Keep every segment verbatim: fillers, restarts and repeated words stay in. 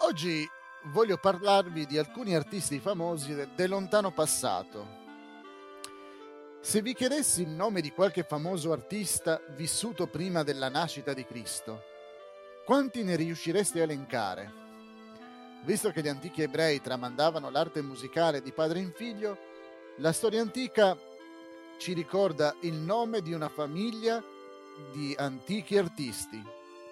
Oggi voglio parlarvi di alcuni artisti famosi de- del lontano passato. Se vi chiedessi il nome di qualche famoso artista vissuto prima della nascita di Cristo, quanti ne riuscireste a elencare? Visto che gli antichi ebrei tramandavano l'arte musicale di padre in figlio, la storia antica ci ricorda il nome di una famiglia di antichi artisti.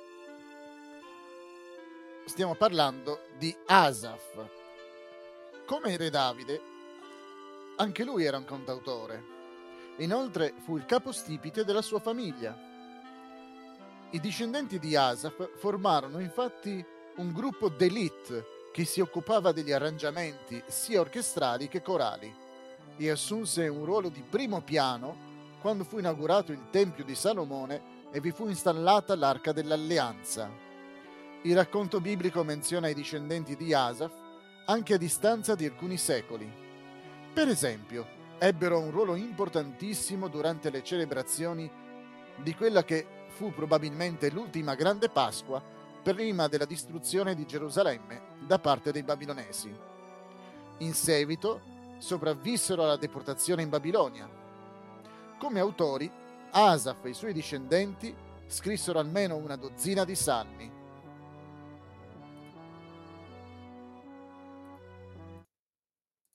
Stiamo parlando di Asaf. Come re Davide, anche lui era un cantautore. Inoltre fu il capostipite della sua famiglia. I discendenti di Asaf formarono infatti un gruppo d'élite che si occupava degli arrangiamenti sia orchestrali che corali e assunse un ruolo di primo piano quando fu inaugurato il Tempio di Salomone e vi fu installata l'Arca dell'Alleanza. Il racconto biblico menziona i discendenti di Asaf anche a distanza di alcuni secoli. Per esempio, ebbero un ruolo importantissimo durante le celebrazioni di quella che fu probabilmente l'ultima grande Pasqua prima della distruzione di Gerusalemme da parte dei babilonesi. In seguito sopravvissero alla deportazione in Babilonia. Come autori, Asaf e i suoi discendenti scrissero almeno una dozzina di salmi.